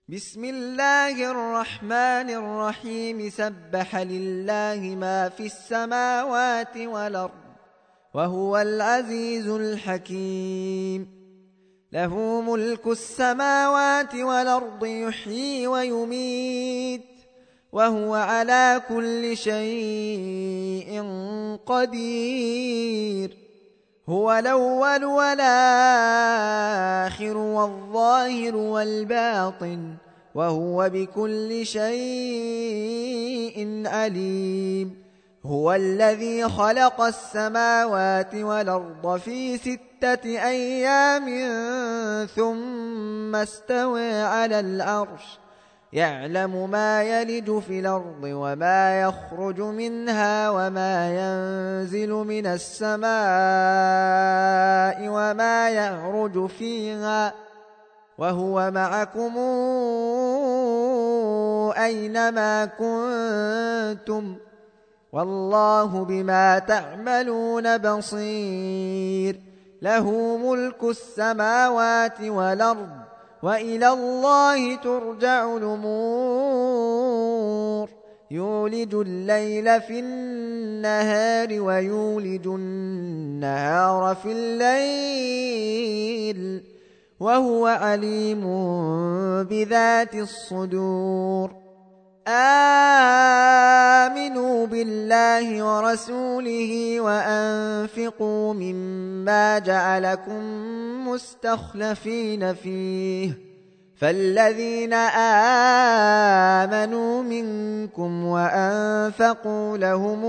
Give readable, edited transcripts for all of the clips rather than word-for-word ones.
بسم الله الرحمن الرحيم سبح لله ما في السماوات والأرض وهو العزيز الحكيم له ملك السماوات والأرض يحيي ويميت وهو على كل شيء قدير هو الأول والآخر والظاهر والباطن وهو بكل شيء عليم هو الذي خلق السماوات والأرض في 6 أيام ثم استوى على العرش يعلم ما يلج في الأرض وما يخرج منها وما ينزل من السماء وما يعرج فيها وهو معكم أينما كنتم والله بما تعملون بصير له ملك السماوات والأرض وإلى الله ترجع الأمور يولج الليل في النهار ويولج النهار في الليل وهو عليم بذات الصدور آمنوا بالله ورسوله وأنفقوا مما جعلكم مستخلفين فيه فالذين آمنوا منكم وأنفقوا لهم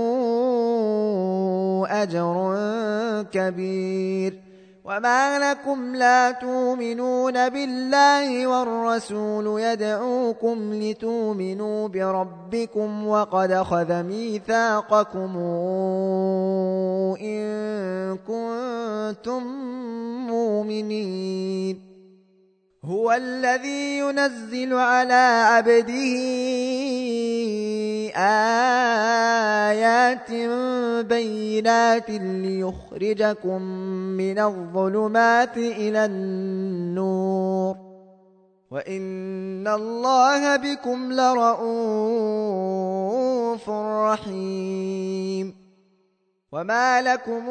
أجر كبير وما لكم لا تؤمنون بالله والرسول يدعوكم لتؤمنوا بربكم وقد أخذ ميثاقكم إن كنتم مؤمنين هو الذي ينزل على عبده آيات بينات ليخرجكم من الظلمات إلى النور وإن الله بكم لرءوف رحيم وما لكم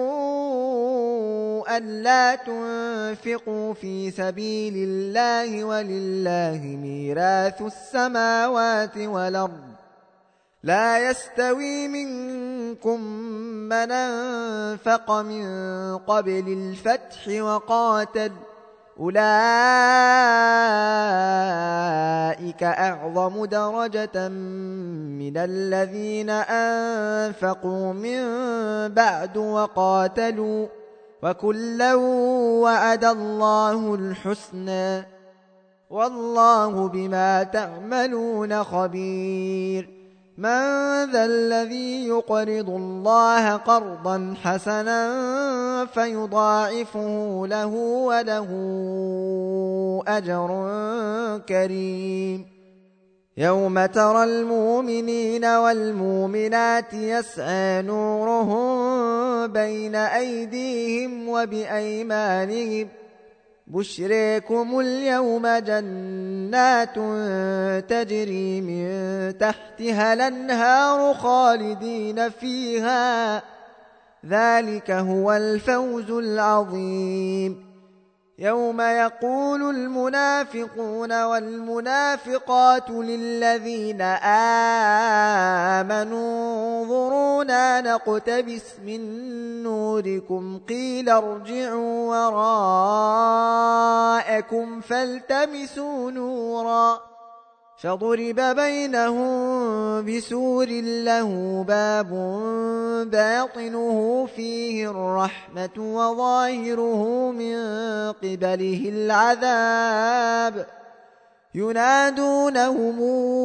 ألا تنفقوا في سبيل الله ولله ميراث السماوات والأرض لا يستوي منكم من أنفق من قبل الفتح وقاتل أولئك أعظم درجة من الذين أنفقوا من بعد وقاتلوا وكلا وعد الله الحسنى والله بما تعملون خبير من ذا الذي يقرض الله قرضا حسنا فيضاعفه له وله أجر كريم يوم ترى المؤمنين والمؤمنات يسعى نورهم بين أيديهم وبأيمانهم بشريكم اليوم جنات تجري من تحتها الأنهار خالدين فيها ذلك هو الفوز العظيم يوم يقول المنافقون والمنافقات للذين آمنوا انظرونا نقتبس من نوركم قيل ارجعوا وراءكم فالتمسوا نورا فضرب بينهم بسور له باب باطنه فيه الرحمة وظاهره من قبله العذاب ينادونهم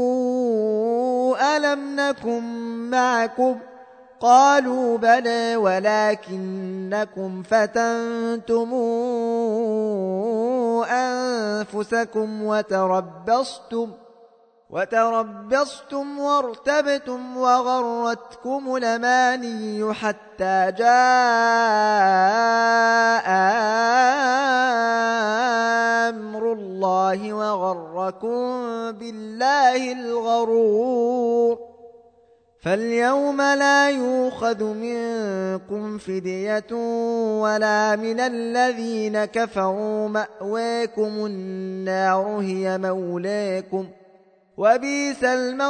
ألم نكن معكم قالوا بلى ولكنكم فتنتم أنفسكم وتربصتم وارتبتم وغرتكم الأماني حتى جاء أمر الله وغركم بالله الغرور. فاليوم لا يؤخذ منكم فدية ولا من الذين كفروا، مأواكم النار هي مولاكم وبئس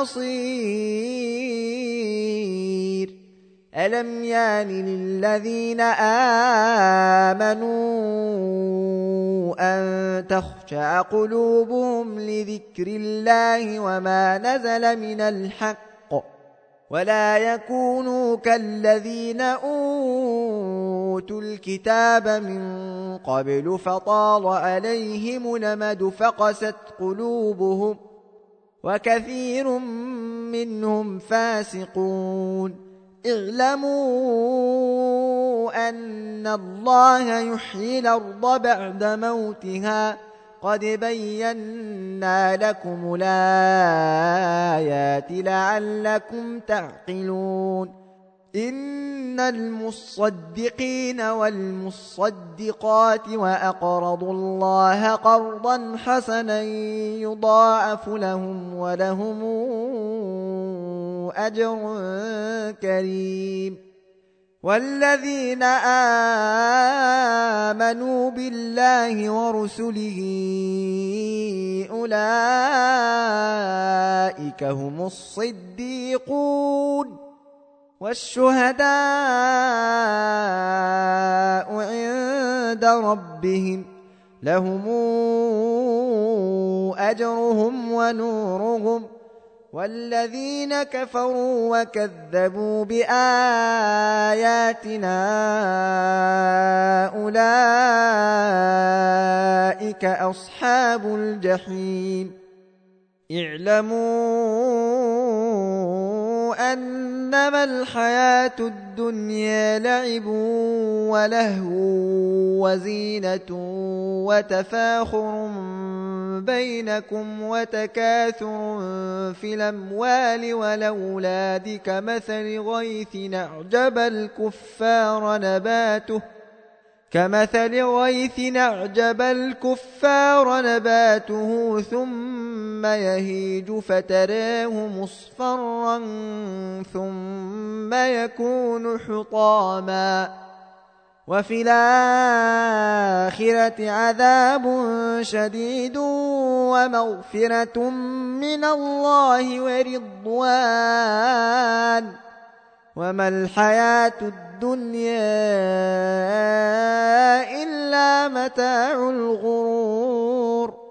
المصير. ألم يان للذين آمنوا أن تخشع قلوبهم لذكر الله وما نزل من الحق ولا يكونوا كالذين أوتوا الكتاب من قبل فطال عليهم الأمد فقست قلوبهم وكثير منهم فاسقون. اعلموا أن الله يحيي الأرض بعد موتها قد بينا لكم الآيات لعلكم تعقلون. إن المصدقين والمصدقات وأقرضوا الله قرضا حسنا يضاعف لهم ولهم أجر كريم. والذين آمنوا بالله ورسله أولئك هم الصديقون والشهداء عند ربهم لهم أجرهم ونورهم. والذين كفروا وكذبوا بآياتنا أولئك أصحاب الجحيم. اعلموا أنما الحياة الدنيا لعب ولهو وزينة وتفاخر بينكم وتكاثر في الأموال والأولاد كمثل غيث أعجب الكفار نباته ثم يهيج فتراه مصفرا ثم يكون حطاما وفي الآخرة عذاب شديد ومغفرة من الله ورضوان وما الحياة الدنيا إلا متاع الغرور.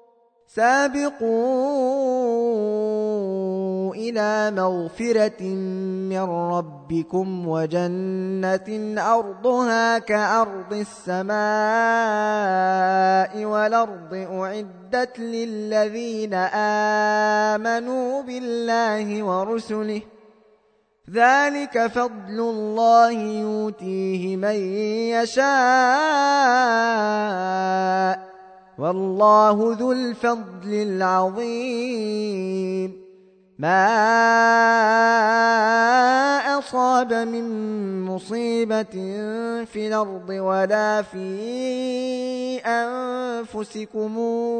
سابقوا إلى مغفرة من ربكم وجنة أرضها كأرض السماء والأرض أعدت للذين آمنوا بالله ورسله ذلك فضل الله يؤتيه من يشاء والله ذو الفضل العظيم. ما أصاب من مصيبة في الأرض ولا في أنفسكم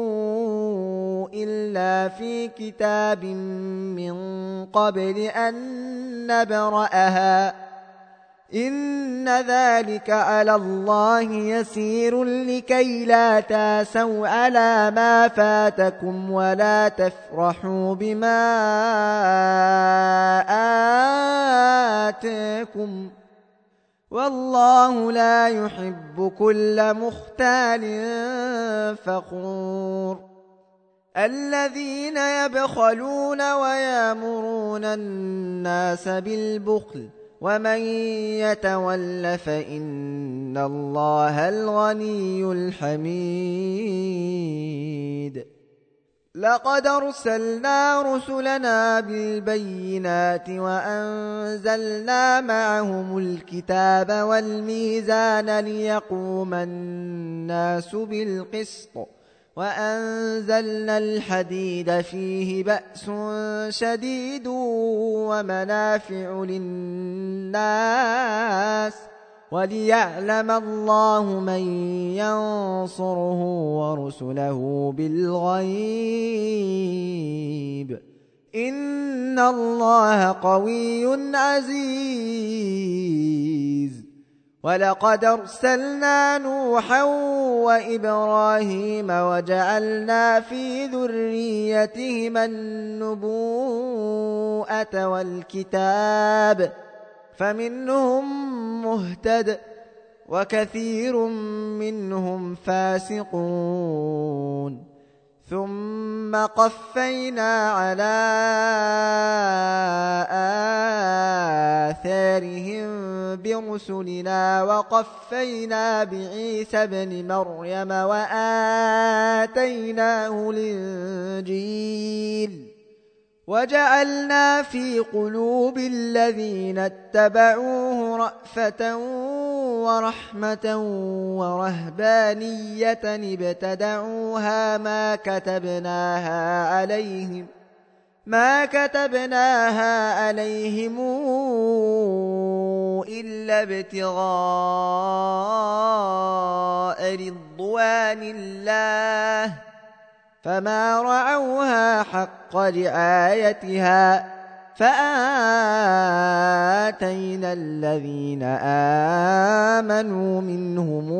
إلا في كتاب من قبل أن نبرأها إن ذلك على الله يسير لكي لا تاسوا على ما فاتكم ولا تفرحوا بما آتاكم والله لا يحب كل مختال فخور. الذين يبخلون ويأمرون الناس بالبخل ومن يتول فإن الله الغني الحميد. لقد أرسلنا رسلنا بالبينات وأنزلنا معهم الكتاب والميزان ليقوم الناس بالقسط وأنزلنا الحديد فيه بأس شديد ومنافع للناس وليعلم الله من ينصره ورسله بالغيب إن الله قوي عزيز ولقد أرسلنا نوحا وإبراهيم وجعلنا في ذريتهما النبوءة والكتاب فمنهم مهتد وكثير منهم فاسقون ثم قفينا على آثارهم برسلنا وقفينا بعيسى ابن مريم وآتيناه الإنجيل وجعلنا في قلوب الذين اتبعوه رأفة ورحمة ورهبانية ابتدعوها ما كتبناها عليهم إلا ابتغاء رضوان الله فما رعوها حق رعايتها فآتينا الذين آمنوا منهم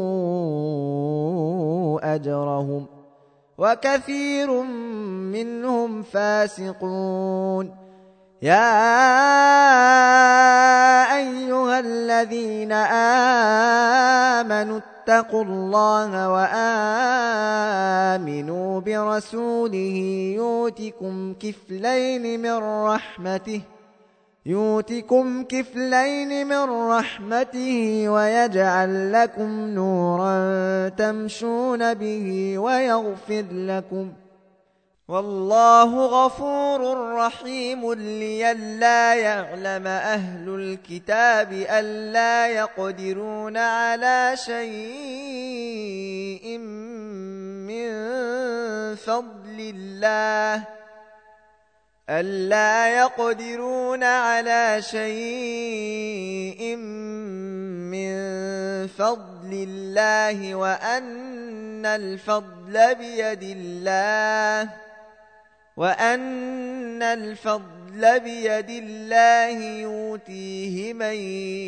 أجرهم وكثير منهم فاسقون يا أيها الذين آمنوا اتقوا الله وآمنوا برسوله يؤتكم كفلين من رحمته ويجعل لكم نورا تمشون به ويغفر لكم والله غفور رحيم لئلا يعلم أهل الكتاب ألا يقدرون على شيء من فضل الله وأن الفضل بيد الله يؤتيه من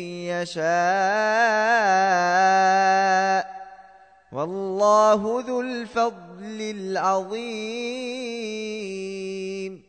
يشاء والله ذو الفضل العظيم